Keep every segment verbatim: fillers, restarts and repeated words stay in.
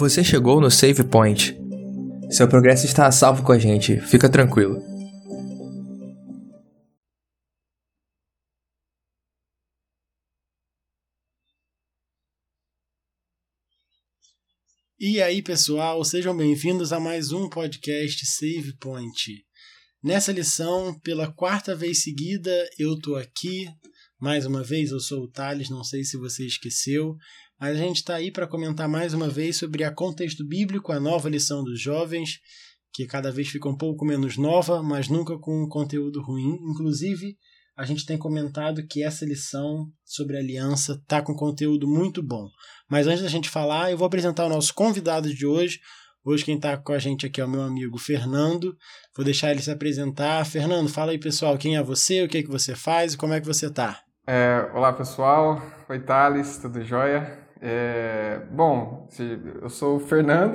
Você chegou no Save Point. Seu progresso está a salvo com a gente, fica tranquilo. E aí, pessoal, sejam bem-vindos a mais um podcast Save Point. Nessa lição, pela quarta vez seguida, eu tô aqui. Mais uma vez, eu sou o Thales, não sei se você esqueceu, mas a gente está aí para comentar mais uma vez sobre a Contexto Bíblico, a nova lição dos jovens, que cada vez fica um pouco menos nova, mas nunca com um conteúdo ruim. Inclusive, a gente tem comentado que essa lição sobre aliança está com conteúdo muito bom. Mas antes da gente falar, eu vou apresentar o nosso convidado de hoje. Hoje quem está com a gente aqui é o meu amigo Fernando. Vou deixar ele se apresentar. Fernando, fala aí, pessoal, quem é você, o que é que você faz e como é que você está? É, olá, pessoal. Oi, Thales, tudo jóia? É, bom, eu sou o Fernando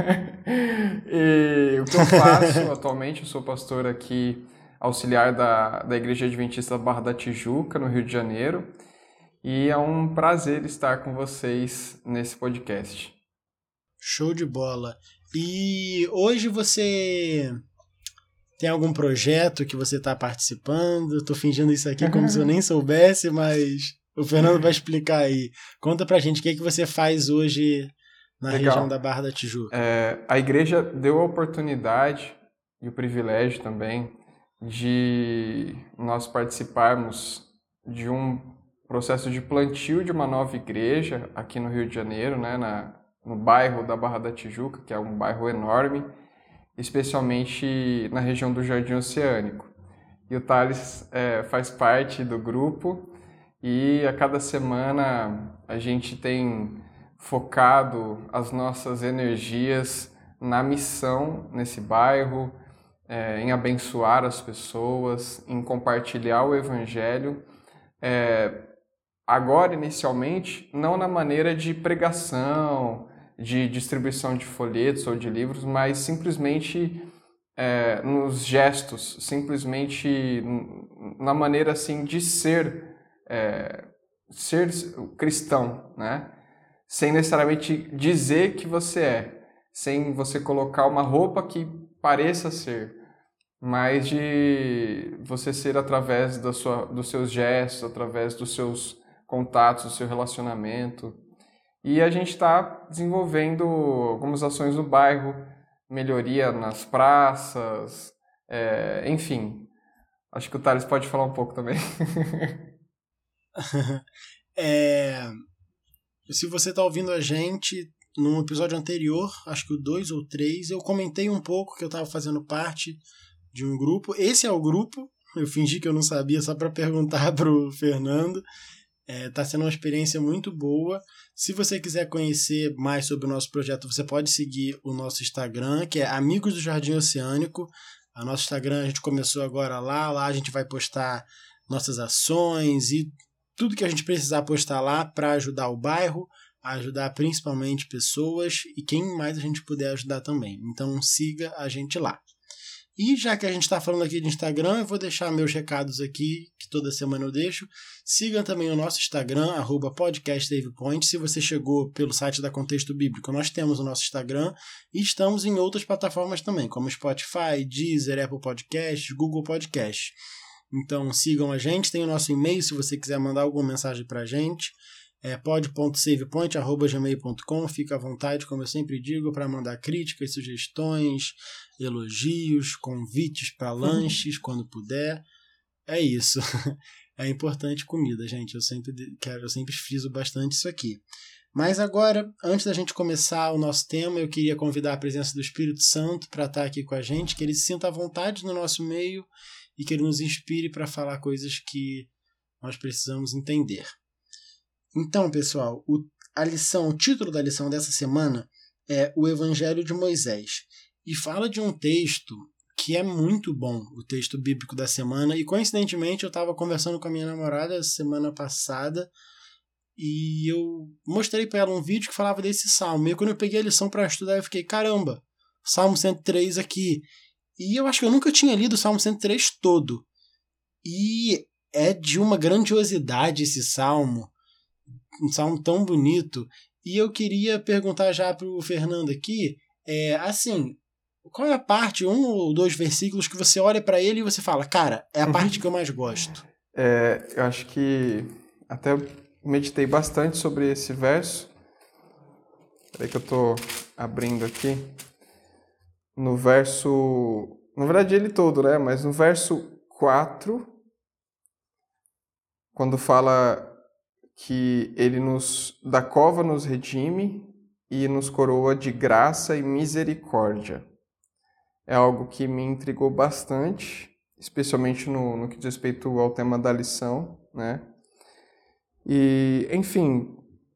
e o que eu faço atualmente, eu sou pastor aqui, auxiliar da, da Igreja Adventista Barra da Tijuca, no Rio de Janeiro, e é um prazer estar com vocês nesse podcast. Show de bola! E hoje você tem algum projeto que você está participando? Estou fingindo isso aqui como se eu nem soubesse, mas o Fernando vai explicar aí. Conta pra gente o que, é que você faz hoje na Legal. região da Barra da Tijuca. É, a igreja deu a oportunidade e o privilégio também de nós participarmos de um processo de plantio de uma nova igreja aqui no Rio de Janeiro, né, na, no bairro da Barra da Tijuca, que é um bairro enorme, especialmente na região do Jardim Oceânico. E o Thales é, faz parte do grupo e a cada semana a gente tem focado as nossas energias na missão nesse bairro, é, em abençoar as pessoas, em compartilhar o Evangelho. É, agora, inicialmente, não na maneira de pregação, de distribuição de folhetos ou de livros, mas simplesmente é, nos gestos, simplesmente na maneira assim de ser, é, ser cristão, né? Sem necessariamente dizer que você é, sem você colocar uma roupa que pareça ser, mas de você ser através da sua, dos seus gestos, através dos seus contatos, do seu relacionamento. E a gente está desenvolvendo algumas ações no bairro, melhoria nas praças, é, enfim. Acho que o Thales pode falar um pouco também. é, se você está ouvindo a gente, num episódio anterior, acho que o dois ou três, eu comentei um pouco que eu estava fazendo parte de um grupo. Esse é o grupo, eu fingi que eu não sabia só para perguntar para o Fernando. Está é, sendo uma experiência muito boa. Se você quiser conhecer mais sobre o nosso projeto, você pode seguir o nosso Instagram, que é Amigos do Jardim Oceânico. O nosso Instagram a gente começou agora lá. Lá a gente vai postar nossas ações e tudo que a gente precisar postar lá para ajudar o bairro, ajudar principalmente pessoas e quem mais a gente puder ajudar também. Então siga a gente lá. E já que a gente está falando aqui de Instagram, eu vou deixar meus recados aqui, que toda semana eu deixo. Sigam também o nosso Instagram, arroba podcast SavePoint. Se você chegou pelo site da Contexto Bíblico, nós temos o nosso Instagram e estamos em outras plataformas também, como Spotify, Deezer, Apple Podcasts, Google Podcasts. Então sigam a gente, tem o nosso e-mail se você quiser mandar alguma mensagem para a gente. É pod ponto savepoint arroba gmail ponto com. Fica à vontade, como eu sempre digo, para mandar críticas, sugestões, elogios, convites para lanches, quando puder. É isso. É importante comida, gente. Eu sempre, quero, eu sempre friso bastante isso aqui. Mas agora, antes da gente começar o nosso tema, eu queria convidar a presença do Espírito Santo para estar aqui com a gente, que ele se sinta à vontade no nosso meio e que ele nos inspire para falar coisas que nós precisamos entender. Então, pessoal, o, a lição, o título da lição dessa semana é O Evangelho de Moisés. E fala de um texto que é muito bom, o texto bíblico da semana. E, coincidentemente, eu estava conversando com a minha namorada semana passada e eu mostrei para ela um vídeo que falava desse salmo. E quando eu peguei a lição para estudar, eu fiquei, caramba, Salmo cento e três aqui. E eu acho que eu nunca tinha lido o Salmo cento e três todo. E é de uma grandiosidade esse salmo. Um salmo tão bonito, E eu queria perguntar já pro Fernando aqui, é, assim, qual é a parte, um ou dois versículos que você olha para ele e você fala, cara, é a parte que eu mais gosto? É, eu acho que até meditei bastante sobre esse verso. Peraí que eu tô abrindo aqui. No verso... Na verdade, ele todo, né? Mas no verso quatro, quando fala que ele nos da cova nos redime e nos coroa de graça e misericórdia. É algo que me intrigou bastante, especialmente no, no que diz respeito ao tema da lição, né? E, enfim,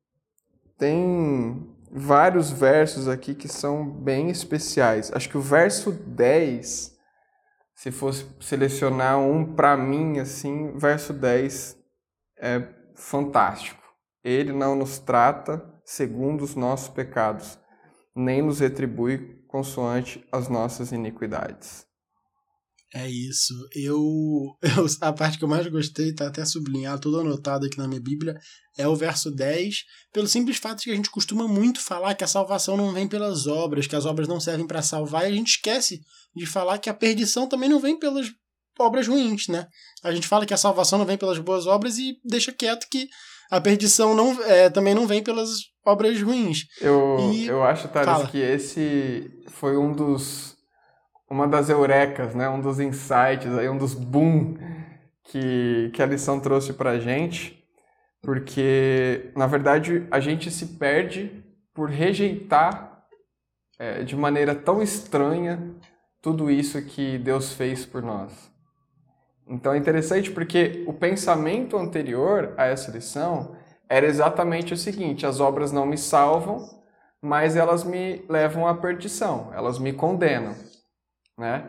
tem vários versos aqui que são bem especiais. Acho que o verso dez, se fosse selecionar um para mim, assim, verso dez é fantástico. Ele não nos trata segundo os nossos pecados, nem nos retribui consoante as nossas iniquidades. É isso. Eu, eu a parte que eu mais gostei, tá até sublinhado, tudo anotado aqui na minha Bíblia, é o verso dez, pelo simples fato de que a gente costuma muito falar que a salvação não vem pelas obras, que as obras não servem para salvar, e a gente esquece de falar que a perdição também não vem pelas obras ruins, né? A gente fala que a salvação não vem pelas boas obras e deixa quieto que a perdição não, é, também não vem pelas obras ruins. Eu, e, eu acho, Thales, fala. que esse foi um dos uma das eurecas, né? Um dos insights, aí, um dos boom que, que a lição trouxe pra gente, porque, na verdade, a gente se perde por rejeitar é, de maneira tão estranha tudo isso que Deus fez por nós. Então é interessante porque o pensamento anterior a essa lição era exatamente o seguinte: as obras não me salvam, mas elas me levam à perdição, elas me condenam, né?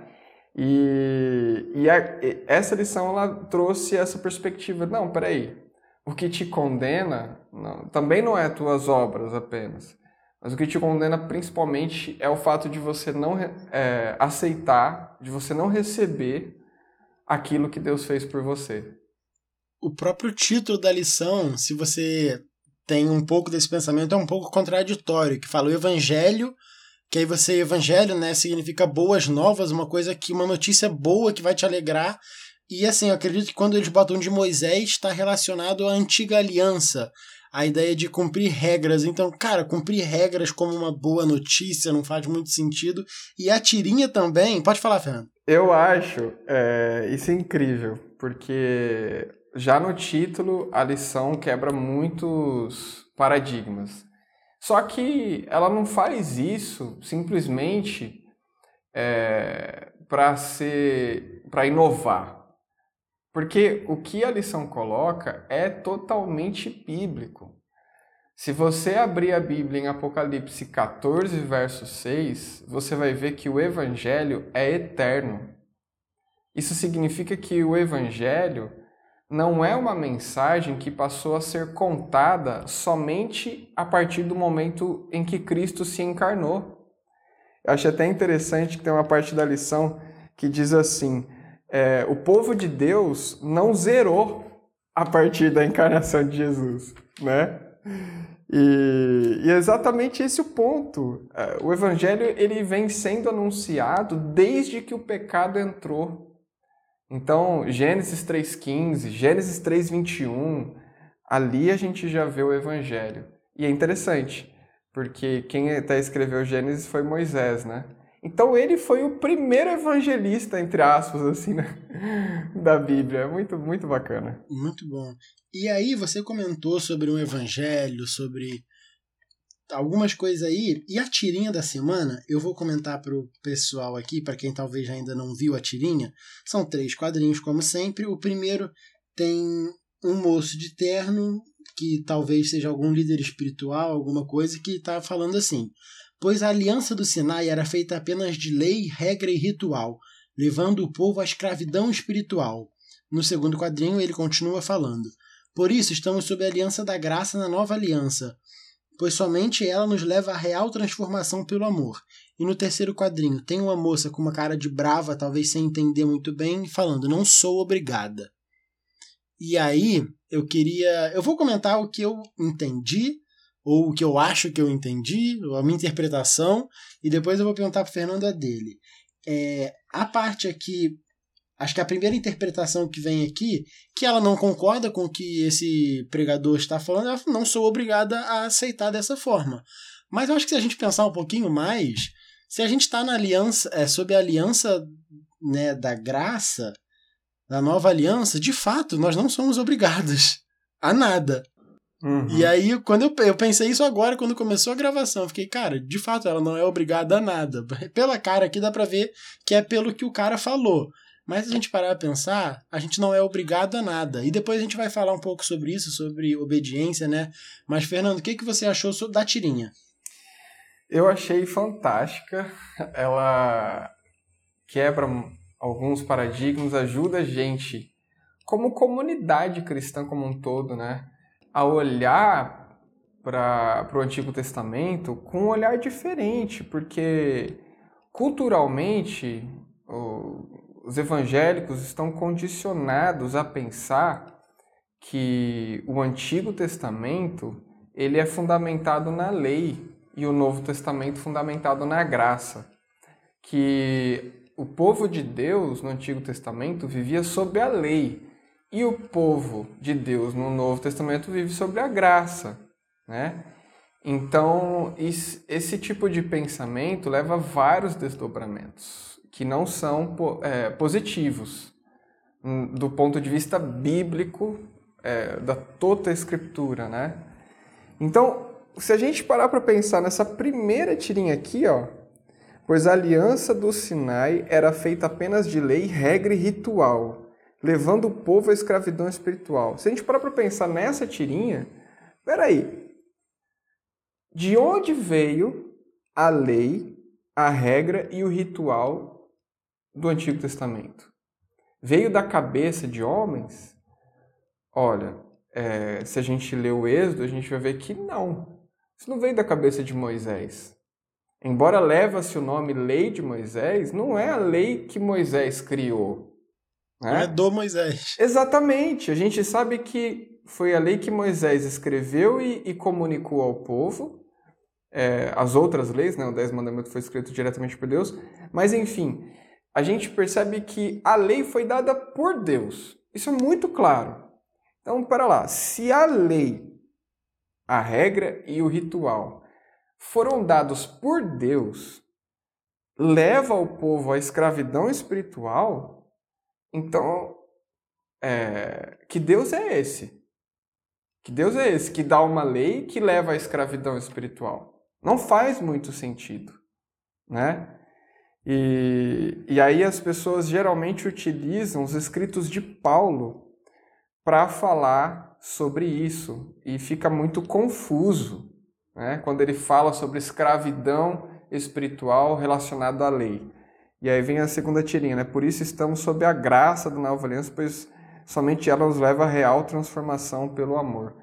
E, e a, essa lição ela trouxe essa perspectiva. Não, peraí, o que te condena não, também não é tuas obras apenas, mas o que te condena principalmente é o fato de você não é, aceitar, de você não receber aquilo que Deus fez por você. O próprio título da lição, se você tem um pouco desse pensamento, é um pouco contraditório, que fala o evangelho, que aí você, evangelho, né, significa boas novas, uma coisa que, uma notícia boa que vai te alegrar. E assim, eu acredito que quando eles botam de Moisés, está relacionado à antiga aliança, a ideia de cumprir regras. Então, cara, cumprir regras como uma boa notícia não faz muito sentido. E a tirinha também... Pode falar, Fernando. Eu acho é, isso é incrível, porque já no título a lição quebra muitos paradigmas. Só que ela não faz isso simplesmente é, para ser, para inovar. Porque o que a lição coloca é totalmente bíblico. Se você abrir a Bíblia em Apocalipse catorze, verso seis, você vai ver que o Evangelho é eterno. Isso significa que o Evangelho não é uma mensagem que passou a ser contada somente a partir do momento em que Cristo se encarnou. Eu acho até interessante que tem uma parte da lição que diz assim: é, o povo de Deus não zerou a partir da encarnação de Jesus, né? E, e é exatamente esse o ponto. O Evangelho ele vem sendo anunciado desde que o pecado entrou. Então, Gênesis três quinze, Gênesis três vinte e um, ali a gente já vê o Evangelho. E é interessante, porque quem até escreveu Gênesis foi Moisés, né? Então ele foi o primeiro evangelista, entre aspas, assim, né? da Bíblia. É muito, muito bacana. Muito bom. E aí você comentou sobre o evangelho, sobre algumas coisas aí, e a tirinha da semana, eu vou comentar pro pessoal aqui, para quem talvez ainda não viu a tirinha, são três quadrinhos, como sempre. O primeiro tem um moço de terno, que talvez seja algum líder espiritual, alguma coisa, que está falando assim: pois a aliança do Sinai era feita apenas de lei, regra e ritual, levando o povo à escravidão espiritual. No segundo quadrinho, ele continua falando: por isso estamos sob a aliança da graça na nova aliança, pois somente ela nos leva à real transformação pelo amor. E no terceiro quadrinho, tem uma moça com uma cara de brava, talvez sem entender muito bem, falando: não sou obrigada. E aí, eu queria... Eu vou comentar o que eu entendi ou o que eu acho que eu entendi, ou a minha interpretação, e depois eu vou perguntar para o Fernando a dele. É, a parte aqui, acho que a primeira interpretação que vem aqui, que ela não concorda com o que esse pregador está falando, ela não sou obrigada a aceitar dessa forma. Mas eu acho que se a gente pensar um pouquinho mais, se a gente está na aliança, é, sob a aliança, né, da graça, da nova aliança, de fato, nós não somos obrigados a nada. Uhum. E aí, quando eu, eu pensei isso agora, quando começou a gravação, eu fiquei, cara, de fato, ela não é obrigada a nada. Pela cara aqui dá pra ver que é pelo que o cara falou. Mas se a gente parar a pensar, a gente não é obrigado a nada. E depois a gente vai falar um pouco sobre isso, sobre obediência, né? Mas, Fernando, o que, que você achou da tirinha? Eu achei fantástica. Ela quebra alguns paradigmas, ajuda a gente, como comunidade cristã como um todo, né, a olhar para o Antigo Testamento com um olhar diferente, porque culturalmente o, os evangélicos estão condicionados a pensar que o Antigo Testamento ele é fundamentado na lei e o Novo Testamento fundamentado na graça, que o povo de Deus no Antigo Testamento vivia sob a lei e o povo de Deus no Novo Testamento vive sobre a graça, né? Então, esse tipo de pensamento leva a vários desdobramentos que não são é, positivos do ponto de vista bíblico é, da toda a Escritura, né? Então, se a gente parar para pensar nessa primeira tirinha aqui, ó, pois a aliança do Sinai era feita apenas de lei, regra e ritual, levando o povo à escravidão espiritual. Se a gente parar para pensar nessa tirinha, peraí, de onde veio a lei, a regra e o ritual do Antigo Testamento? Veio da cabeça de homens? Olha, é, se a gente lê o Êxodo, a gente vai ver que não. Isso não veio da cabeça de Moisés. Embora leva-se o nome Lei de Moisés, não é a lei que Moisés criou. Né? Não é do Moisés. Exatamente. A gente sabe que foi a lei que Moisés escreveu e, e comunicou ao povo. É, as outras leis, né? O Dez Mandamentos foi escrito diretamente por Deus. Mas, enfim, a gente percebe que a lei foi dada por Deus. Isso é muito claro. Então, para lá. Se a lei, a regra e o ritual foram dados por Deus, leva o povo à escravidão espiritual, então, é, que Deus é esse? Que Deus é esse que dá uma lei que leva à escravidão espiritual? Não faz muito sentido, né? E, e aí as pessoas geralmente utilizam os escritos de Paulo para falar sobre isso, e fica muito confuso, né, quando ele fala sobre escravidão espiritual relacionada à lei. E aí vem a segunda tirinha, né? Por isso estamos sob a graça da nova aliança, pois somente ela nos leva à real transformação pelo amor.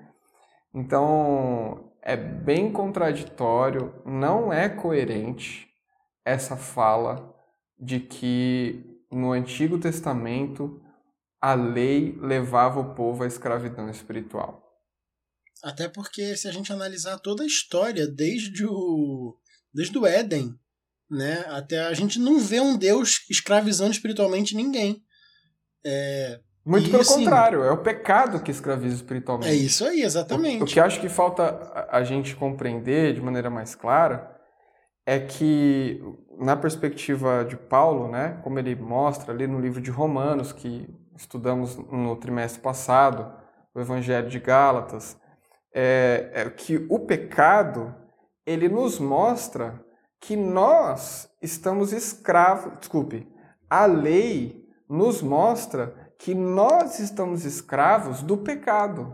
Então, é bem contraditório, não é coerente essa fala de que no Antigo Testamento a lei levava o povo à escravidão espiritual. Até porque, se a gente analisar toda a história, desde o, desde o Éden, né, até a gente não vê um Deus escravizando espiritualmente ninguém. É, Muito e, pelo assim, contrário, é o pecado que escraviza espiritualmente. É isso aí, exatamente. O, o que acho que falta a gente compreender de maneira mais clara é que, na perspectiva de Paulo, né, como ele mostra ali no livro de Romanos, que estudamos no trimestre passado, o Evangelho de Gálatas, é, é que o pecado, ele nos mostra que nós estamos escravos, desculpe, a lei nos mostra que nós estamos escravos do pecado.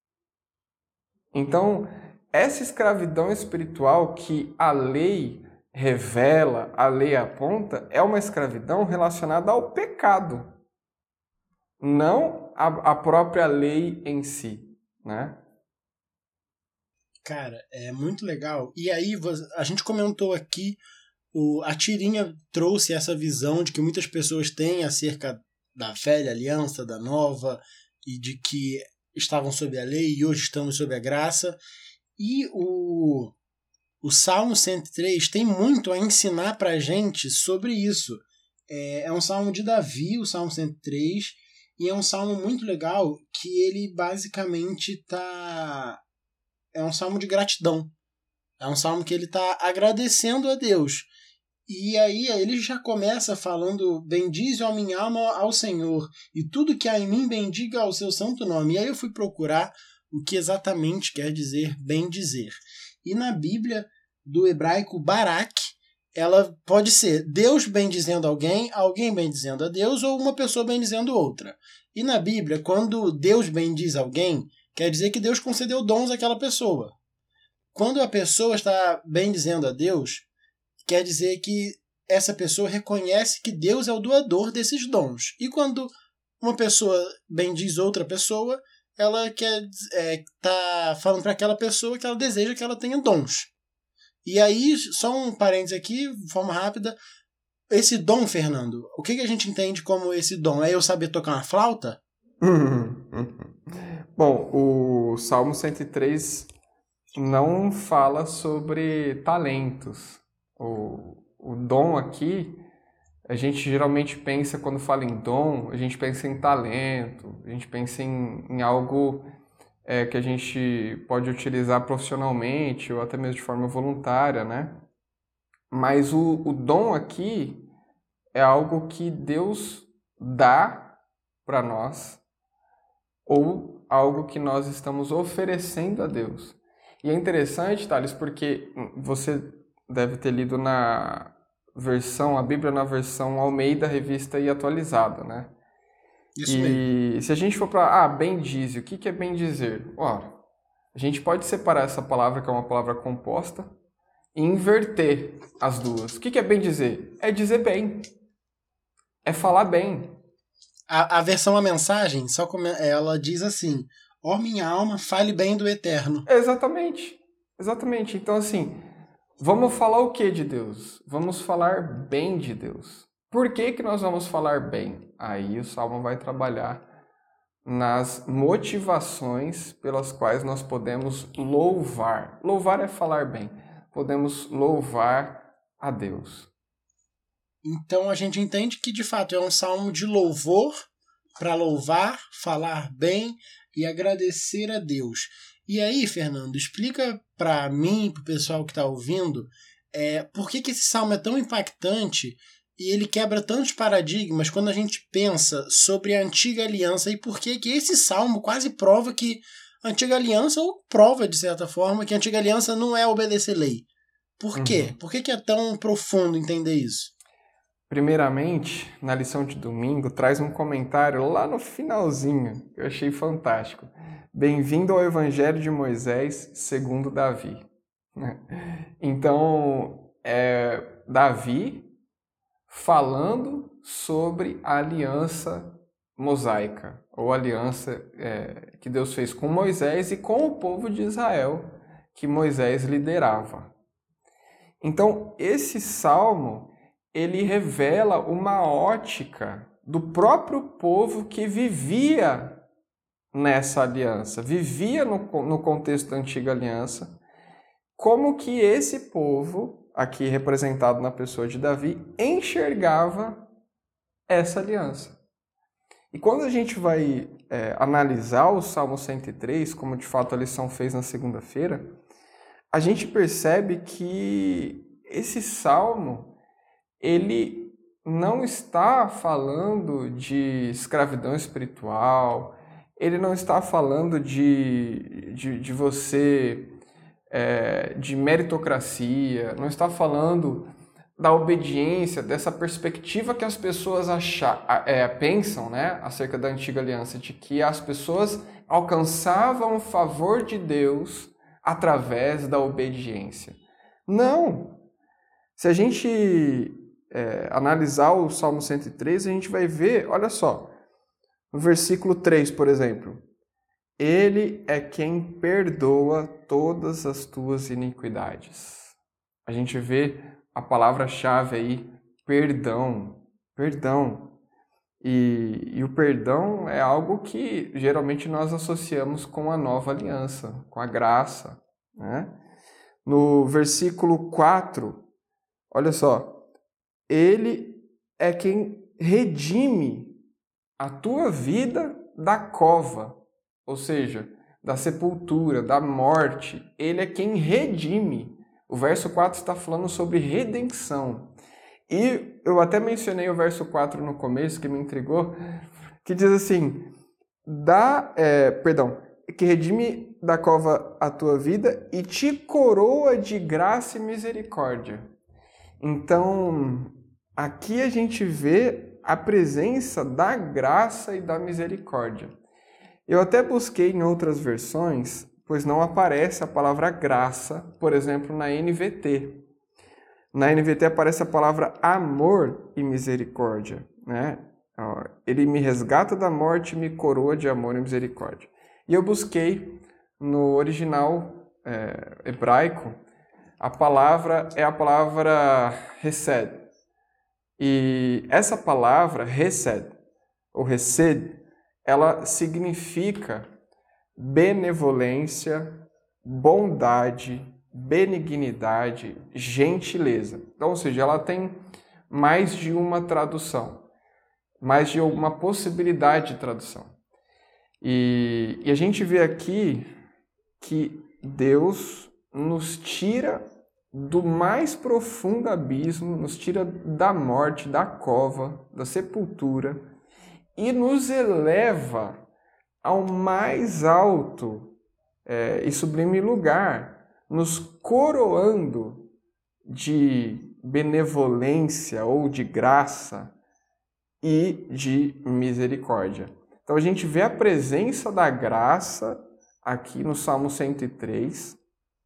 Então, essa escravidão espiritual que a lei revela, a lei aponta, é uma escravidão relacionada ao pecado, não a, a própria lei em si, né? Cara, é muito legal. E aí, a gente comentou aqui, o, a tirinha trouxe essa visão de que muitas pessoas têm acerca da velha aliança, da nova, e de que estavam sob a lei e hoje estamos sob a graça. E o, o Salmo cento e três tem muito a ensinar para a gente sobre isso. É, é um salmo de Davi, o Salmo cento e três, e é um salmo muito legal que ele basicamente tá... é um salmo de gratidão. É um salmo que ele está agradecendo a Deus. E aí ele já começa falando: bendize a minha alma ao Senhor, e tudo que há em mim bendiga ao seu santo nome. E aí eu fui procurar o que exatamente quer dizer bendizer. E na Bíblia, do hebraico barak, ela pode ser Deus bendizendo alguém, alguém bendizendo a Deus, ou uma pessoa bendizendo outra. E na Bíblia, quando Deus bendiz alguém, quer dizer que Deus concedeu dons àquela pessoa. Quando a pessoa está bendizendo a Deus, quer dizer que essa pessoa reconhece que Deus é o doador desses dons. E quando uma pessoa bendiz outra pessoa, ela quer é, tá falando para aquela pessoa que ela deseja que ela tenha dons. E aí, só um parênteses aqui, de forma rápida, esse dom, Fernando, o que, que a gente entende como esse dom? É eu saber tocar uma flauta? Bom, o Salmo cento e três não fala sobre talentos. O, o dom aqui, a gente geralmente pensa, quando fala em dom, a gente pensa em talento, a gente pensa em, em algo é, que a gente pode utilizar profissionalmente ou até mesmo de forma voluntária, né? Mas o, o dom aqui é algo que Deus dá para nós ou algo que nós estamos oferecendo a Deus. E é interessante, Thales, porque você deve ter lido na versão, a Bíblia na versão Almeida, Revista e Atualizada, né? Isso e mesmo. Se a gente for para, ah, bendize, o que, que é bendizer? Ora, a gente pode separar essa palavra, que é uma palavra composta, e inverter as duas. O que, que é bendizer? É dizer bem. É falar bem. A, a versão A Mensagem, só como ela diz assim: ó minha alma, fale bem do Eterno. Exatamente. Exatamente. Então, assim, vamos falar o que de Deus? Vamos falar bem de Deus. Por que que nós vamos falar bem? Aí o Salmo vai trabalhar nas motivações pelas quais nós podemos louvar. Louvar é falar bem. Podemos louvar a Deus. Então a gente entende que de fato é um salmo de louvor, para louvar, falar bem e agradecer a Deus. E aí, Fernando, explica para mim, para o pessoal que está ouvindo, é, por que, que esse salmo é tão impactante e ele quebra tantos paradigmas quando a gente pensa sobre a antiga aliança, e por que que esse salmo quase prova que a antiga aliança, ou prova de certa forma, que a antiga aliança não é obedecer lei. Por quê? Uhum. Por que que é tão profundo entender isso? Primeiramente, na lição de domingo, traz um comentário lá no finalzinho, que eu achei fantástico. Bem-vindo ao Evangelho de Moisés segundo Davi. Então, é Davi falando sobre a aliança mosaica, ou aliança é, que Deus fez com Moisés e com o povo de Israel, que Moisés liderava. Então, esse salmo, ele revela uma ótica do próprio povo que vivia nessa aliança, vivia no, no contexto da antiga aliança, como que esse povo, aqui representado na pessoa de Davi, enxergava essa aliança. E quando a gente vai é, analisar o Salmo cento e três, como de fato a lição fez na segunda-feira, a gente percebe que esse salmo, ele não está falando de escravidão espiritual, ele não está falando de, de, de você, é, de meritocracia, não está falando da obediência, dessa perspectiva que as pessoas acham, é, pensam, né, acerca da antiga aliança, de que as pessoas alcançavam o favor de Deus através da obediência. Não! Se a gente é, analisar o Salmo cento e três, a gente vai ver, olha só, no versículo três, por exemplo, Ele é quem perdoa todas as tuas iniquidades. A gente vê a palavra-chave aí, perdão, perdão. E, e o perdão é algo que geralmente nós associamos com a nova aliança, com a graça. né? No versículo quatro, olha só, ele é quem redime a tua vida da cova, ou seja, da sepultura, da morte. Ele é quem redime. O verso quatro está falando sobre redenção. E eu até mencionei o verso quatro no começo, que me intrigou, que diz assim, dá, é, perdão, que redime da cova a tua vida e te coroa de graça e misericórdia. Então, aqui a gente vê a presença da graça e da misericórdia. Eu até busquei em outras versões, pois não aparece a palavra graça, por exemplo, na N V T. Na N V T aparece a palavra amor e misericórdia, né? Ele me resgata da morte e me coroa de amor e misericórdia. E eu busquei no original é, hebraico, a palavra é a palavra hesed. E essa palavra, hesed, ou hesed, ela significa benevolência, bondade, benignidade, gentileza. Então, ou seja, ela tem mais de uma tradução, mais de uma possibilidade de tradução. E, e a gente vê aqui que Deus nos tira do mais profundo abismo, nos tira da morte, da cova, da sepultura e nos eleva ao mais alto é, e sublime lugar, nos coroando de benevolência ou de graça e de misericórdia. Então a gente vê a presença da graça aqui no Salmo cento e três,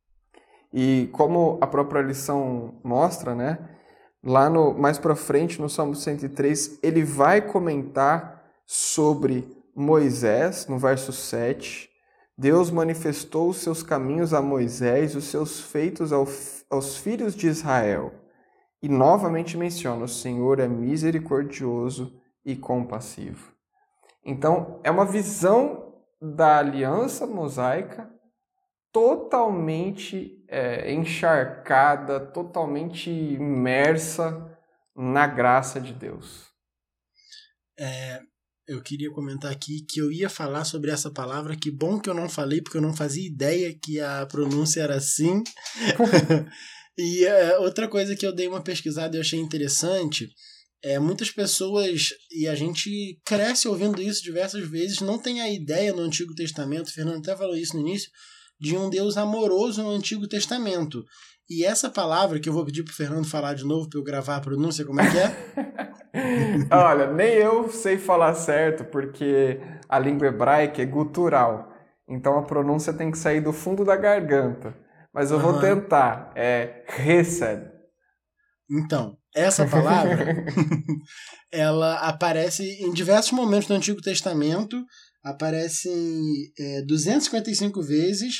e como a própria lição mostra, né, lá no, mais para frente no Salmo cento e três, ele vai comentar sobre Moisés, no verso sete. Deus manifestou os seus caminhos a Moisés, os seus feitos ao, aos filhos de Israel. E novamente menciona, o Senhor é misericordioso e compassivo. Então, é uma visão da aliança mosaica totalmente é, encharcada, totalmente imersa na graça de Deus. É, eu queria comentar aqui que eu ia falar sobre essa palavra, que bom que eu não falei, porque eu não fazia ideia que a pronúncia era assim. E é, outra coisa que eu dei uma pesquisada e eu achei interessante, é, muitas pessoas, e a gente cresce ouvindo isso diversas vezes, não tem a ideia no Antigo Testamento, o Fernando até falou isso no início, de um Deus amoroso no Antigo Testamento. E essa palavra, que eu vou pedir pro Fernando falar de novo para eu gravar a pronúncia, como é que é? Olha, nem eu sei falar certo, porque a língua hebraica é gutural. Então a pronúncia tem que sair do fundo da garganta. Mas eu uhum. vou tentar. É hesed. Então, essa palavra, ela aparece em diversos momentos do Antigo Testamento, aparece é, duzentas e cinquenta e cinco vezes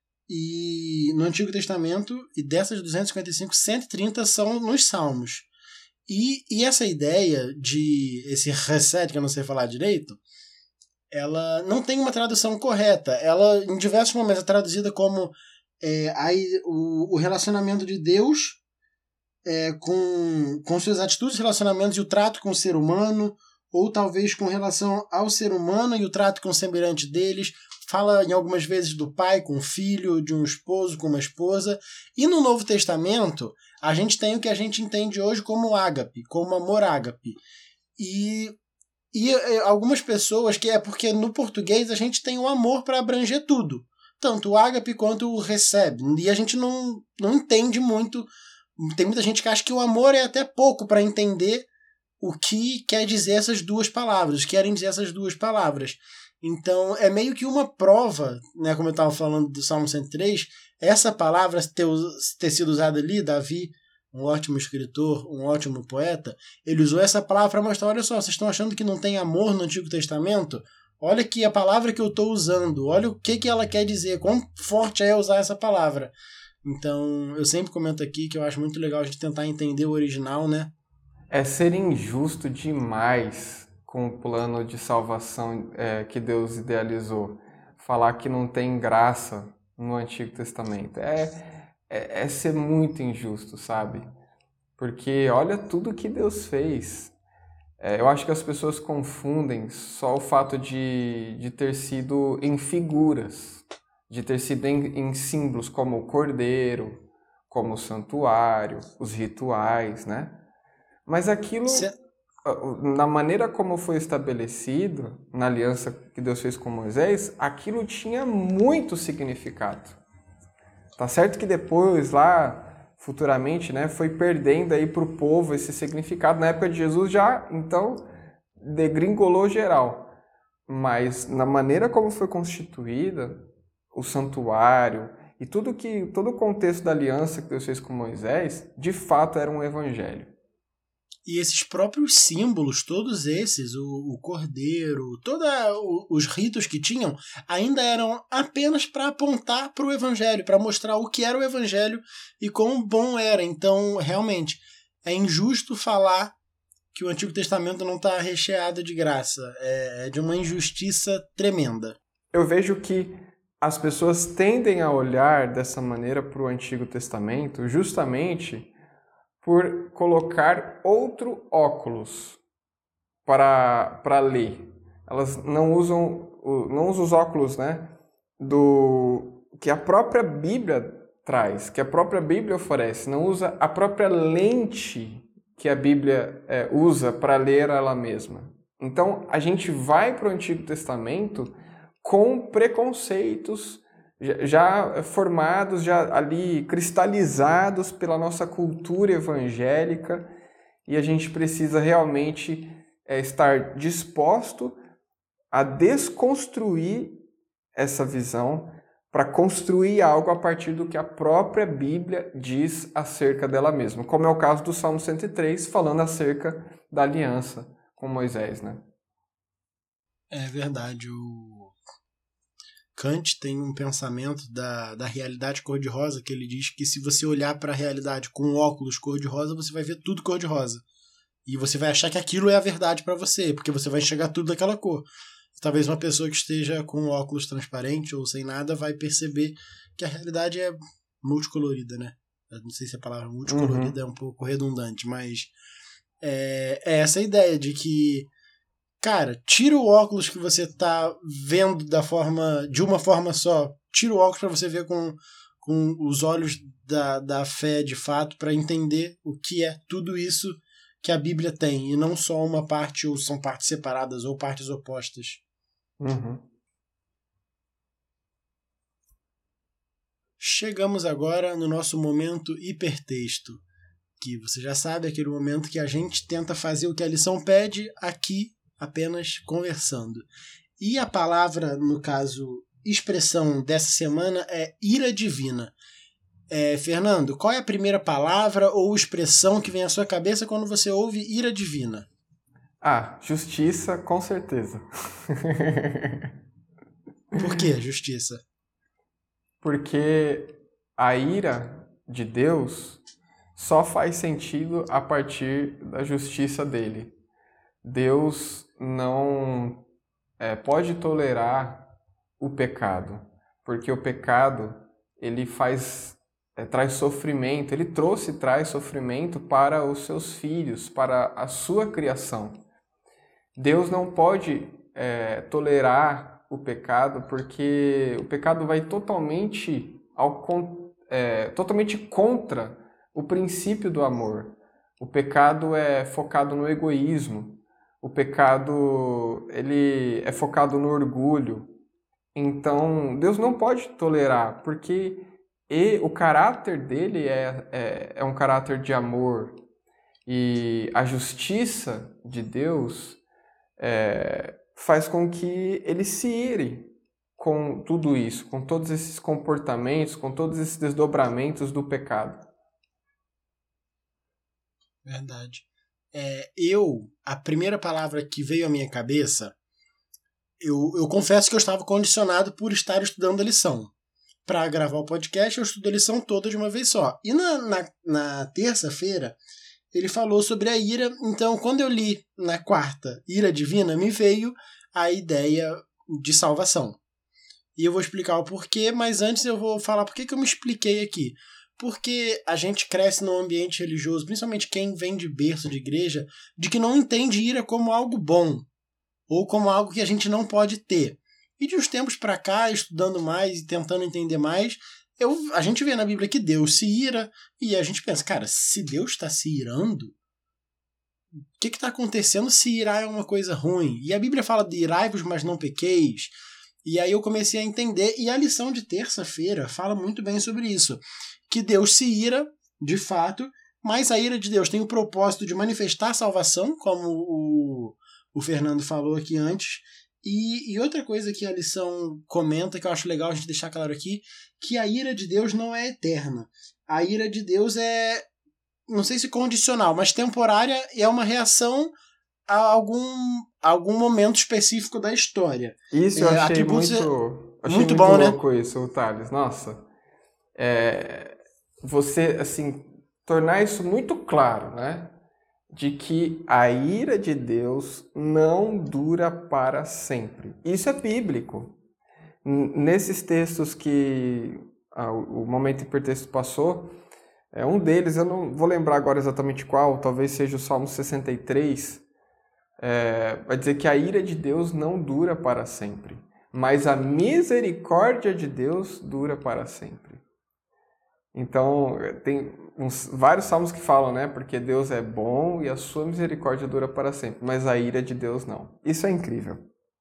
e no Antigo Testamento, e dessas duzentas e cinquenta e cinco, cento e trinta são nos Salmos. E, e essa ideia de esse hesed, que eu não sei falar direito, ela não tem uma tradução correta. Ela, em diversos momentos, é traduzida como é, a, o, o relacionamento de Deus é, com, com suas atitudes, relacionamentos e o trato com o ser humano, ou talvez com relação ao ser humano e o trato com o semelhante deles. Fala em algumas vezes do pai com o filho, de um esposo com uma esposa. E no Novo Testamento, a gente tem o que a gente entende hoje como ágape, como amor ágape. E, e algumas pessoas, que é porque no português a gente tem o amor para abranger tudo. Tanto o ágape quanto o recebe. E a gente não, não entende muito. Tem muita gente que acha que o amor é até pouco para entender o que quer dizer essas duas palavras, querem dizer essas duas palavras. Então, é meio que uma prova, né, como eu estava falando do Salmo cento e três, essa palavra ter, ter sido usada ali, Davi, um ótimo escritor, um ótimo poeta, ele usou essa palavra para mostrar, olha só, vocês estão achando que não tem amor no Antigo Testamento? Olha aqui a palavra que eu estou usando, olha o que, que ela quer dizer, quão forte é usar essa palavra. Então, eu sempre comento aqui que eu acho muito legal a gente tentar entender o original, né? É ser injusto demais com o plano de salvação é, que Deus idealizou. Falar que não tem graça no Antigo Testamento. É, é, é ser muito injusto, sabe? Porque olha tudo que Deus fez. É, eu acho que as pessoas confundem só o fato de, de ter sido em figuras, de ter sido em, em símbolos como o cordeiro, como o santuário, os rituais, né? Mas aquilo, Cê... na maneira como foi estabelecido, na aliança que Deus fez com Moisés, aquilo tinha muito significado. Tá certo que depois, lá, futuramente, né, foi perdendo aí para o povo esse significado. Na época de Jesus já, então, degringolou geral. Mas na maneira como foi constituída, o santuário e tudo que, todo o contexto da aliança que Deus fez com Moisés, de fato era um evangelho. E esses próprios símbolos, todos esses, o, o cordeiro, todos os ritos que tinham, ainda eram apenas para apontar para o evangelho, para mostrar o que era o evangelho e quão bom era. Então, realmente, é injusto falar que o Antigo Testamento não está recheado de graça. É, é de uma injustiça tremenda. Eu vejo que as pessoas tendem a olhar dessa maneira para o Antigo Testamento justamente por colocar outro óculos para, para ler. Elas não usam, não usam os óculos, né, do, que a própria Bíblia traz, que a própria Bíblia oferece. Não usa a própria lente que a Bíblia é, usa para ler ela mesma. Então, a gente vai para o Antigo Testamento com preconceitos já formados, já ali cristalizados pela nossa cultura evangélica, e a gente precisa realmente é, estar disposto a desconstruir essa visão para construir algo a partir do que a própria Bíblia diz acerca dela mesma, como é o caso do Salmo cento e três, falando acerca da aliança com Moisés, né? É verdade, o Kant tem um pensamento da, da realidade cor-de-rosa, que ele diz que se você olhar para a realidade com óculos cor-de-rosa, você vai ver tudo cor-de-rosa. E você vai achar que aquilo é a verdade para você, porque você vai enxergar tudo daquela cor. Talvez uma pessoa que esteja com óculos transparente ou sem nada vai perceber que a realidade é multicolorida, né? Eu não sei se a palavra multicolorida uhum. é um pouco redundante, mas é, é essa ideia de que, cara, tira o óculos que você tá vendo da forma, de uma forma só. Tira o óculos para você ver com, com os olhos da, da fé de fato, para entender o que é tudo isso que a Bíblia tem, e não só uma parte, ou são partes separadas, ou partes opostas. Uhum. Chegamos agora no nosso momento hipertexto, que você já sabe, aquele momento que a gente tenta fazer o que a lição pede aqui, apenas conversando. E a palavra, no caso, expressão dessa semana é ira divina. É, Fernando, qual é a primeira palavra ou expressão que vem à sua cabeça quando você ouve ira divina? Ah, justiça, com certeza. Por que justiça? Porque a ira de Deus só faz sentido a partir da justiça dele. Deus não é, pode tolerar o pecado, porque o pecado ele faz, é, traz sofrimento, ele trouxe e traz sofrimento para os seus filhos, para a sua criação. Deus não pode é, tolerar o pecado, porque o pecado vai totalmente, ao, é, totalmente contra o princípio do amor. O pecado é focado no egoísmo. O pecado ele é focado no orgulho. Então, Deus não pode tolerar, porque e, o caráter dele é, é, é um caráter de amor. E a justiça de Deus é, faz com que ele se ire com tudo isso, com todos esses comportamentos, com todos esses desdobramentos do pecado. Verdade. É, eu, a primeira palavra que veio à minha cabeça, eu, eu confesso que eu estava condicionado por estar estudando a lição. Para gravar o podcast, eu estudo a lição toda de uma vez só. E na, na, na terça-feira, ele falou sobre a ira. Então, quando eu li na quarta, ira divina, me veio a ideia de salvação. E eu vou explicar o porquê, mas antes eu vou falar por que eu me expliquei aqui. Porque a gente cresce num ambiente religioso, principalmente quem vem de berço de igreja, de que não entende ira como algo bom, ou como algo que a gente não pode ter. E de uns tempos para cá, estudando mais e tentando entender mais, eu, a gente vê na Bíblia que Deus se ira, e a gente pensa, cara, se Deus está se irando, o que está acontecendo se irar é uma coisa ruim? E a Bíblia fala de irai-vos, mas não pequeis. E aí eu comecei a entender, e a lição de terça-feira fala muito bem sobre isso. Que Deus se ira, de fato, mas a ira de Deus tem o propósito de manifestar salvação, como o, o Fernando falou aqui antes. E, e outra coisa que a lição comenta, que eu acho legal a gente deixar claro aqui, que a ira de Deus não é eterna. A ira de Deus é, não sei se condicional, mas temporária, e é uma reação a algum, a algum momento específico da história. Isso eu é, achei muito, achei muito, muito bom, louco, né? Isso, Thales. Nossa, é, você, assim, tornar isso muito claro, né? De que a ira de Deus não dura para sempre. Isso é bíblico. Nesses textos que ah, o Momento Hipertexto passou, é um deles, eu não vou lembrar agora exatamente qual, talvez seja o Salmo sessenta e três, é, vai dizer que a ira de Deus não dura para sempre, mas a misericórdia de Deus dura para sempre. Então, tem uns, vários salmos que falam, né? Porque Deus é bom e a sua misericórdia dura para sempre, mas a ira de Deus não. Isso é incrível.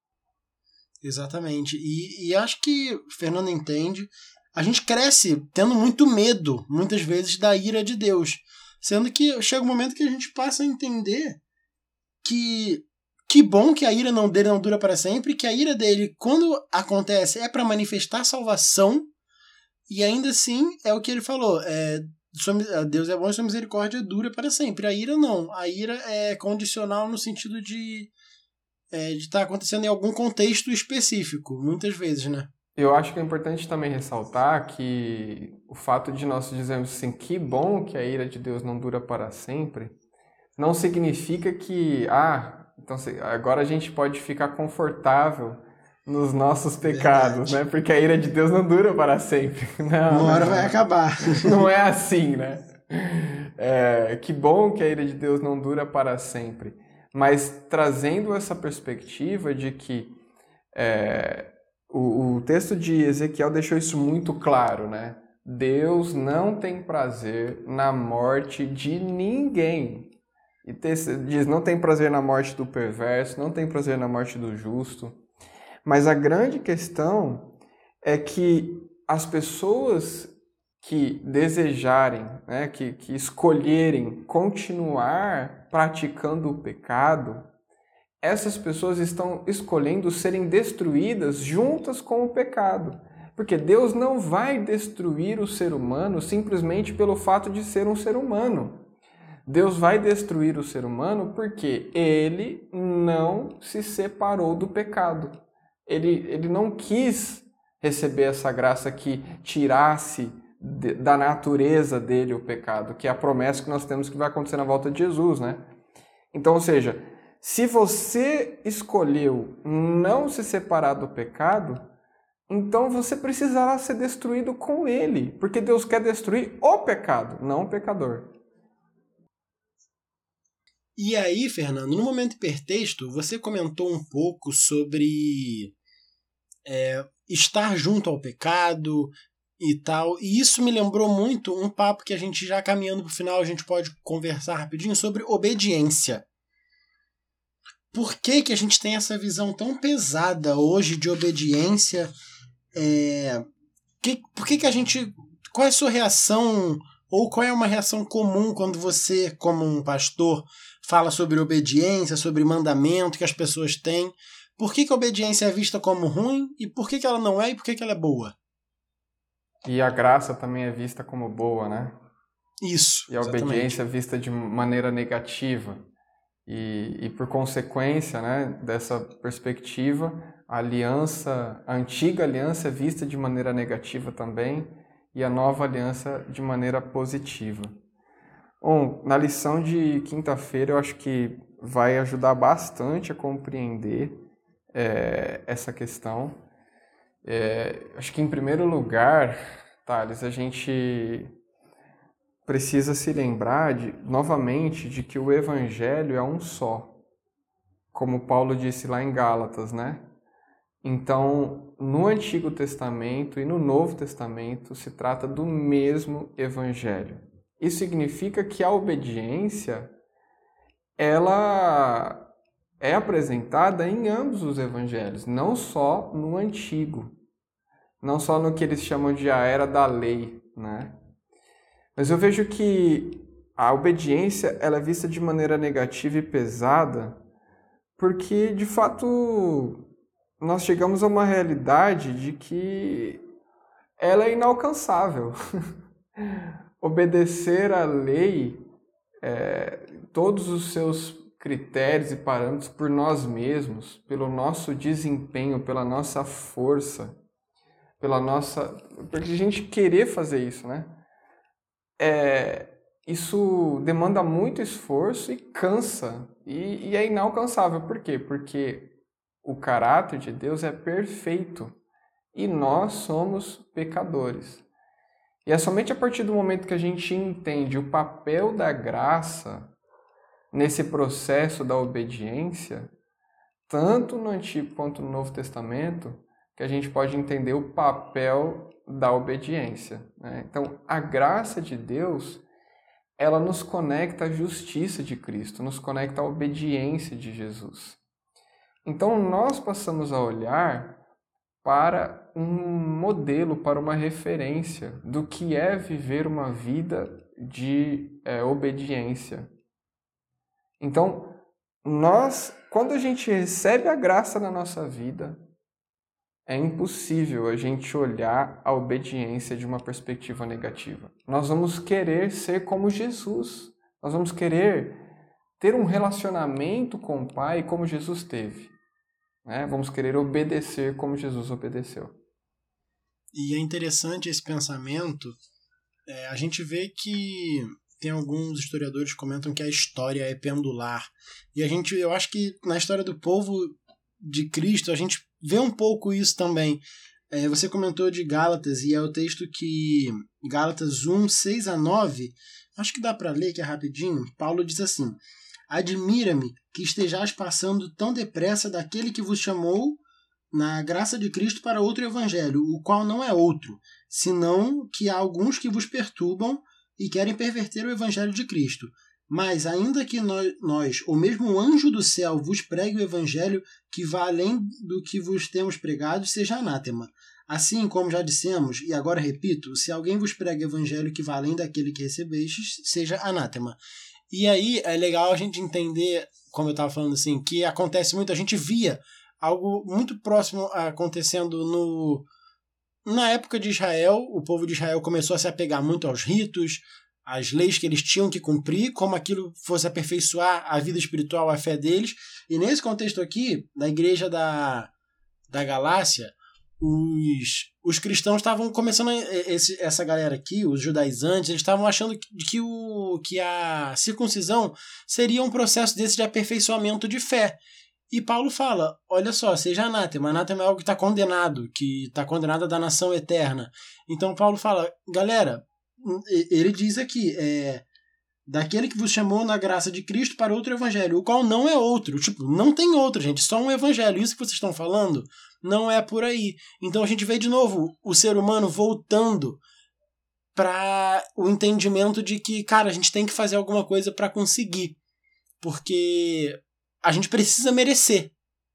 Exatamente. E, e acho que o Fernando entende. A gente cresce tendo muito medo, muitas vezes, da ira de Deus. Sendo que chega um momento que a gente passa a entender que que bom que a ira não, dele não dura para sempre, que a ira dele, quando acontece, é para manifestar salvação. E ainda assim, é o que ele falou, é, Deus é bom e sua misericórdia dura para sempre. A ira não, a ira é condicional no sentido de é, de estar acontecendo em algum contexto específico, muitas vezes, né? Eu acho que é importante também ressaltar que o fato de nós dizermos assim, que bom que a ira de Deus não dura para sempre, não significa que, ah, então agora a gente pode ficar confortável nos nossos pecados, Verdade. né? Porque a ira de Deus não dura para sempre. Não, Uma hora não, vai acabar. Não é assim, né? É, que bom que a ira de Deus não dura para sempre. Mas trazendo essa perspectiva de que é, o, o texto de Ezequiel deixou isso muito claro, né? Deus não tem prazer na morte de ninguém. E diz, não tem prazer na morte do perverso, não tem prazer na morte do justo. Mas a grande questão é que as pessoas que desejarem, né, que, que escolherem continuar praticando o pecado, essas pessoas estão escolhendo serem destruídas juntas com o pecado. Porque Deus não vai destruir o ser humano simplesmente pelo fato de ser um ser humano. Deus vai destruir o ser humano porque ele não se separou do pecado. Ele, ele não quis receber essa graça que tirasse de, da natureza dele o pecado, que é a promessa que nós temos que vai acontecer na volta de Jesus, né? Então, ou seja, se você escolheu não se separar do pecado, então você precisará ser destruído com ele, porque Deus quer destruir o pecado, não o pecador. E aí, Fernando, no Momento Hipertexto, você comentou um pouco sobre é, estar junto ao pecado e tal, e isso me lembrou muito um papo que a gente já caminhando para o final, a gente pode conversar rapidinho sobre obediência. Por que que a gente tem essa visão tão pesada hoje de obediência? É, que, por que que a gente... Qual é a sua reação, ou qual é uma reação comum quando você, como um pastor, fala sobre obediência, sobre mandamento que as pessoas têm? Por que que a obediência é vista como ruim e por que que ela não é e por que que ela é boa? E a graça também é vista como boa, né? Isso, E a exatamente. obediência é vista de maneira negativa. E, e por consequência, né, dessa perspectiva, a aliança, a antiga aliança é vista de maneira negativa também e a nova aliança de maneira positiva. Bom, na lição de quinta-feira eu acho que vai ajudar bastante a compreender é, essa questão. É, acho que, em primeiro lugar, Thales, a gente precisa se lembrar, de, novamente, de que o Evangelho é um só, como Paulo disse lá em Gálatas, né? Então, no Antigo Testamento e no Novo Testamento se trata do mesmo Evangelho. Isso significa que a obediência, ela é apresentada em ambos os Evangelhos, não só no Antigo, não só no que eles chamam de a Era da Lei, né? Mas eu vejo que a obediência ela é vista de maneira negativa e pesada porque, de fato, nós chegamos a uma realidade de que ela é inalcançável. Obedecer à lei, é, todos os seus critérios e parâmetros por nós mesmos, pelo nosso desempenho, pela nossa força, pela nossa... porque a gente querer fazer isso, né? É, isso demanda muito esforço e cansa, e, e é inalcançável. Por quê? Porque o caráter de Deus é perfeito e nós somos pecadores. E é somente a partir do momento que a gente entende o papel da graça nesse processo da obediência, tanto no Antigo quanto no Novo Testamento, que a gente pode entender o papel da obediência, né? Então, a graça de Deus, ela nos conecta à justiça de Cristo, nos conecta à obediência de Jesus. Então, nós passamos a olhar para um modelo, para uma referência do que é viver uma vida de é, obediência. Então, nós, quando a gente recebe a graça na nossa vida, é impossível a gente olhar a obediência de uma perspectiva negativa. Nós vamos querer ser como Jesus. Nós vamos querer ter um relacionamento com o Pai como Jesus teve, né? Vamos querer obedecer como Jesus obedeceu. E é interessante esse pensamento. É, a gente vê que tem alguns historiadores que comentam que a história é pendular. E a gente, eu acho que na história do povo de Cristo, a gente vê um pouco isso também. É, você comentou de Gálatas, e é o texto que... Gálatas um, seis a nove, acho que dá para ler, que é rapidinho. Paulo diz assim: admira-me que estejais passando tão depressa daquele que vos chamou na graça de Cristo para outro evangelho, o qual não é outro, senão que há alguns que vos perturbam e querem perverter o evangelho de Cristo. Mas, ainda que nós, nós, ou mesmo um anjo do céu, vos pregue o evangelho que vá além do que vos temos pregado, seja anátema. Assim, como já dissemos, e agora repito, se alguém vos prega o evangelho que vá além daquele que recebestes, seja anátema. E aí é legal a gente entender, como eu estava falando assim, que acontece muito, a gente via algo muito próximo acontecendo no, na época de Israel. O povo de Israel começou a se apegar muito aos ritos, as leis que eles tinham que cumprir, como aquilo fosse aperfeiçoar a vida espiritual, a fé deles. E nesse contexto aqui, da igreja da, da Galácia, os, os cristãos estavam começando, a, esse, essa galera aqui, os judaizantes, eles estavam achando que, que, o, que a circuncisão seria um processo desse de aperfeiçoamento de fé. E Paulo fala, olha só, seja anátema. Anátema é algo que está condenado, que está condenado da nação eterna. Então Paulo fala, galera, ele diz aqui, é, daquele que vos chamou na graça de Cristo para outro evangelho, o qual não é outro. Tipo, não tem outro, gente, só um evangelho. Isso que vocês estão falando não é por aí. Então a gente vê de novo o ser humano voltando para o entendimento de que, cara, a gente tem que fazer alguma coisa para conseguir. Porque a gente precisa merecer.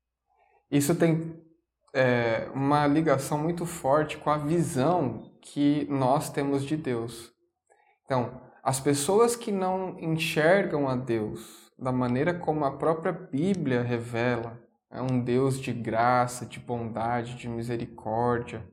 Isso tem é, uma ligação muito forte com a visão que nós temos de Deus. Então, as pessoas que não enxergam a Deus da maneira como a própria Bíblia revela, é um Deus de graça, de bondade, de misericórdia,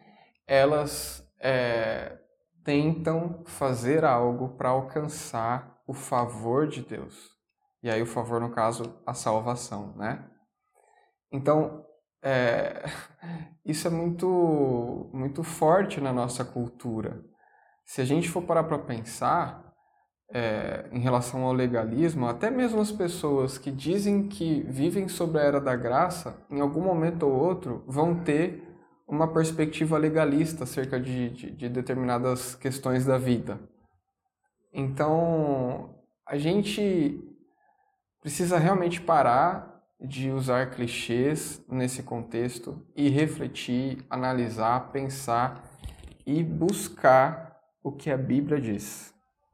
elas é, tentam fazer algo para alcançar o favor de Deus. E aí o favor, no caso, a salvação, né? Então, é, isso é muito, muito forte na nossa cultura. Se a gente for parar para pensar é, em relação ao legalismo, até mesmo as pessoas que dizem que vivem sob a era da graça, em algum momento ou outro, vão ter uma perspectiva legalista acerca de, de, de determinadas questões da vida. Então, a gente precisa realmente parar de usar clichês nesse contexto e refletir, analisar, pensar e buscar o que a Bíblia diz.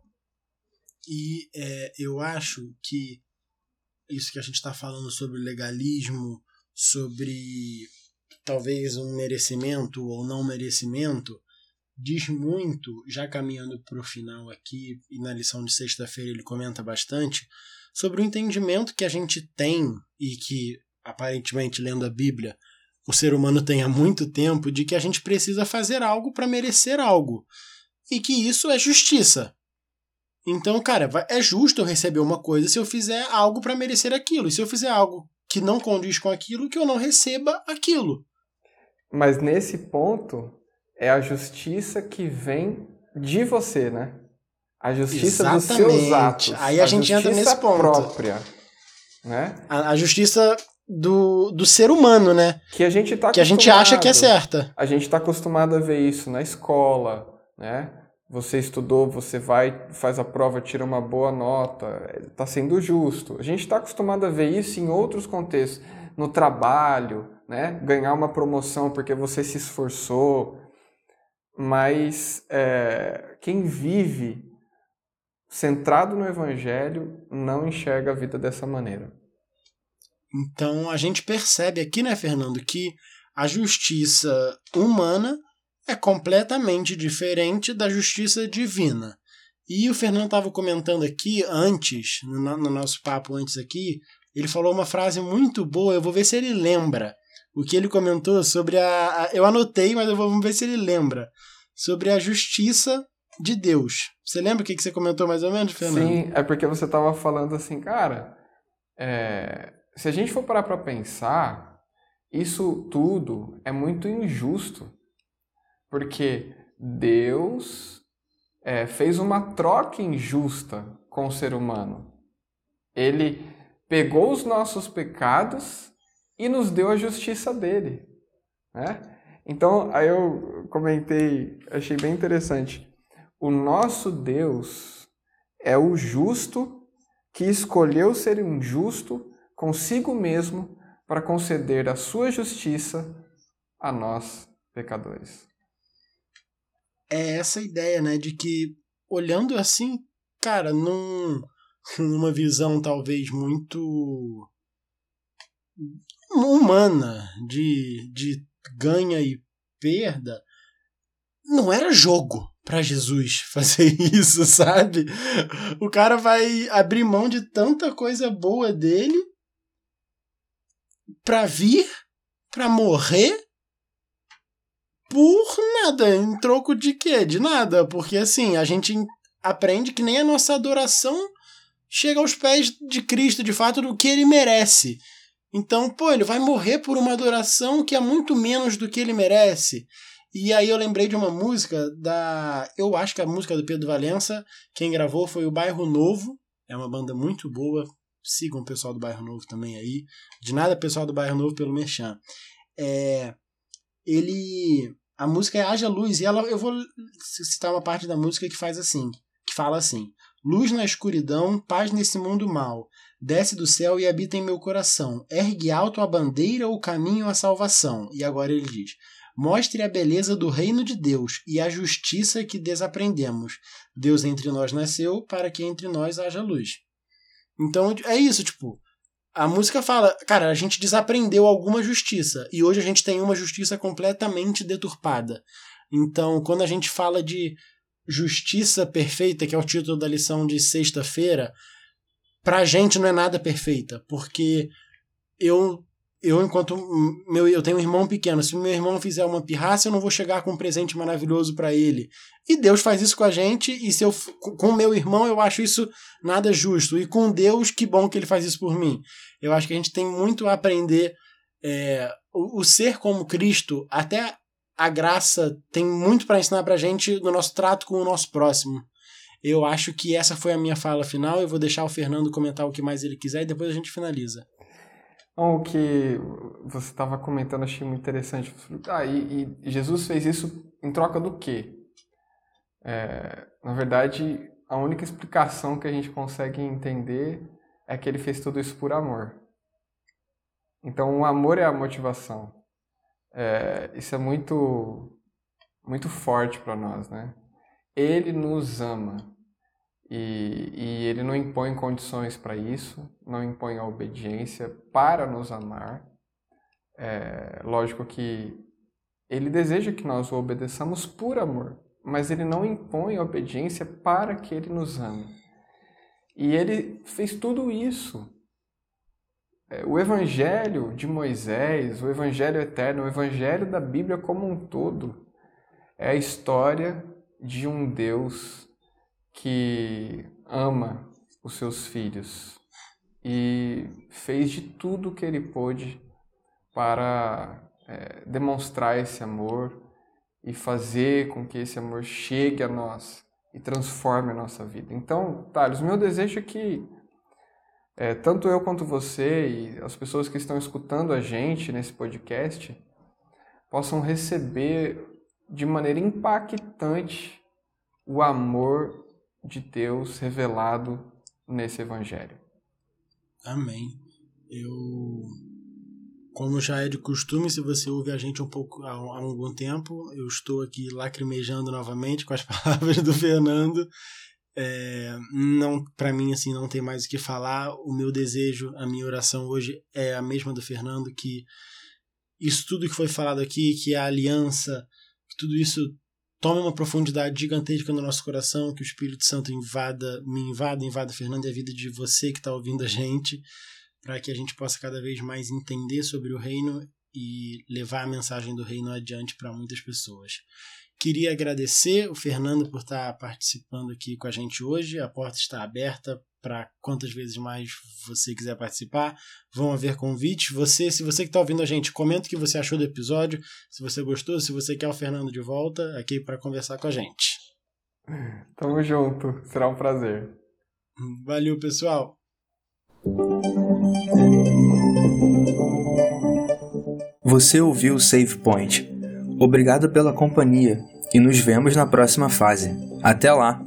E é, eu acho que isso que a gente está falando sobre legalismo, sobre talvez um merecimento ou não merecimento, diz muito, já caminhando para o final aqui, e na lição de sexta-feira ele comenta bastante, sobre o entendimento que a gente tem, e que aparentemente lendo a Bíblia, o ser humano tem há muito tempo, de que a gente precisa fazer algo para merecer algo. E que isso é justiça. Então, cara, é justo eu receber uma coisa se eu fizer algo para merecer aquilo. E se eu fizer algo que não condiz com aquilo, que eu não receba aquilo. Mas nesse ponto, é a justiça que vem de você, né? A justiça Exatamente. Dos seus atos. Aí a, a gente entra nesse ponto. Própria, né? A, a justiça do, do ser humano, né? Que a gente tá que a gente acha que é certa. A gente está acostumado a ver isso na escola, né? Você estudou, você vai, faz a prova, tira uma boa nota, está sendo justo. A gente está acostumado a ver isso em outros contextos, no trabalho, né? Ganhar uma promoção porque você se esforçou. Mas é, quem vive centrado no Evangelho não enxerga a vida dessa maneira. Então a gente percebe aqui, né, Fernando, que a justiça humana é completamente diferente da justiça divina. E o Fernando estava comentando aqui antes, no, no nosso papo antes aqui, ele falou uma frase muito boa, eu vou ver se ele lembra. O que ele comentou sobre a... a eu anotei, mas eu vou vamos ver se ele lembra. Sobre a justiça de Deus. Você lembra o que você comentou mais ou menos, Fernando? Sim, é porque você estava falando assim, cara, é, se a gente for parar para pensar, isso tudo é muito injusto. Porque Deus é, fez uma troca injusta com o ser humano. Ele pegou os nossos pecados e nos deu a justiça dele, né? Então, aí eu comentei, achei bem interessante. O nosso Deus é o justo que escolheu ser injusto consigo mesmo para conceder a sua justiça a nós, pecadores. É essa ideia, né, de que, olhando assim, cara, num, numa visão talvez muito humana de, de ganha e perda, não era jogo para Jesus fazer isso, sabe? O cara vai abrir mão de tanta coisa boa dele para vir, para morrer por nada. Em troco de quê? De nada. Porque assim, a gente aprende que nem a nossa adoração chega aos pés de Cristo, de fato, do que ele merece. Então, pô, ele vai morrer por uma adoração que é muito menos do que ele merece. E aí eu lembrei de uma música da... Eu acho que a música do Pedro Valença, quem gravou foi o Bairro Novo. É uma banda muito boa. Sigam o pessoal do Bairro Novo também aí. De nada, pessoal do Bairro Novo, pelo Merchan. É... Ele... A música é Haja Luz. E ela... eu vou citar uma parte da música que faz assim. Que fala assim. Luz na escuridão, paz nesse mundo mau. Desce do céu e habita em meu coração. Ergue alto a bandeira, o caminho à salvação. E agora ele diz... Mostre a beleza do reino de Deus e a justiça que desaprendemos. Deus entre nós nasceu para que entre nós haja luz. Então é isso, tipo, a música fala, cara, a gente desaprendeu alguma justiça e hoje a gente tem uma justiça completamente deturpada. Então, quando a gente fala de justiça perfeita, que é o título da lição de sexta-feira, pra gente não é nada perfeita, porque eu... Eu, enquanto meu, eu tenho um irmão pequeno, se meu irmão fizer uma pirraça, eu não vou chegar com um presente maravilhoso para ele. E Deus faz isso com a gente, e se eu, com o meu irmão eu acho isso nada justo. E com Deus, que bom que ele faz isso por mim. Eu acho que a gente tem muito a aprender. É, o, o ser como Cristo, até a graça, tem muito para ensinar pra gente no nosso trato com o nosso próximo. Eu acho que essa foi a minha fala final. Eu vou deixar o Fernando comentar o que mais ele quiser e depois a gente finaliza. Então, o que você estava comentando, achei muito interessante. Ah, e, e Jesus fez isso em troca do quê? É, na verdade, a única explicação que a gente consegue entender é que ele fez tudo isso por amor. Então, o amor é a motivação. É, isso é muito, muito forte para nós, né? Ele nos ama e, e ele não impõe condições para isso, não impõe a obediência para nos amar. É, lógico que ele deseja que nós o obedeçamos por amor, mas ele não impõe a obediência para que ele nos ame. E ele fez tudo isso. O Evangelho de Moisés, o Evangelho eterno, o Evangelho da Bíblia como um todo, é a história de um Deus que ama os seus filhos e fez de tudo o que ele pôde para é, demonstrar esse amor e fazer com que esse amor chegue a nós e transforme a nossa vida. Então, Thales, o meu desejo é que É, tanto eu quanto você e as pessoas que estão escutando a gente nesse podcast possam receber de maneira impactante o amor de Deus revelado nesse Evangelho. Amém. Eu, como já é de costume, se você ouve a gente um pouco há, há algum tempo, eu estou aqui lacrimejando novamente com as palavras do Fernando. É, não, para mim assim não tem mais o que falar. O meu desejo, a minha oração hoje é a mesma do Fernando, que isso tudo que foi falado aqui, que a aliança, que tudo isso tome uma profundidade gigantesca no nosso coração, que o Espírito Santo invada, me invada, invada o Fernando e a vida de você que está ouvindo a gente, para que a gente possa cada vez mais entender sobre o reino e levar a mensagem do reino adiante para muitas pessoas. Queria agradecer o Fernando por estar participando aqui com a gente hoje. A porta está aberta para quantas vezes mais você quiser participar. Vão haver convites. Você, se você que está ouvindo a gente, comenta o que você achou do episódio. Se você gostou, se você quer o Fernando de volta, aqui para conversar com a gente. Tamo junto. Será um prazer. Valeu, pessoal. Você ouviu o Save Point. Obrigado pela companhia e nos vemos na próxima fase. Até lá!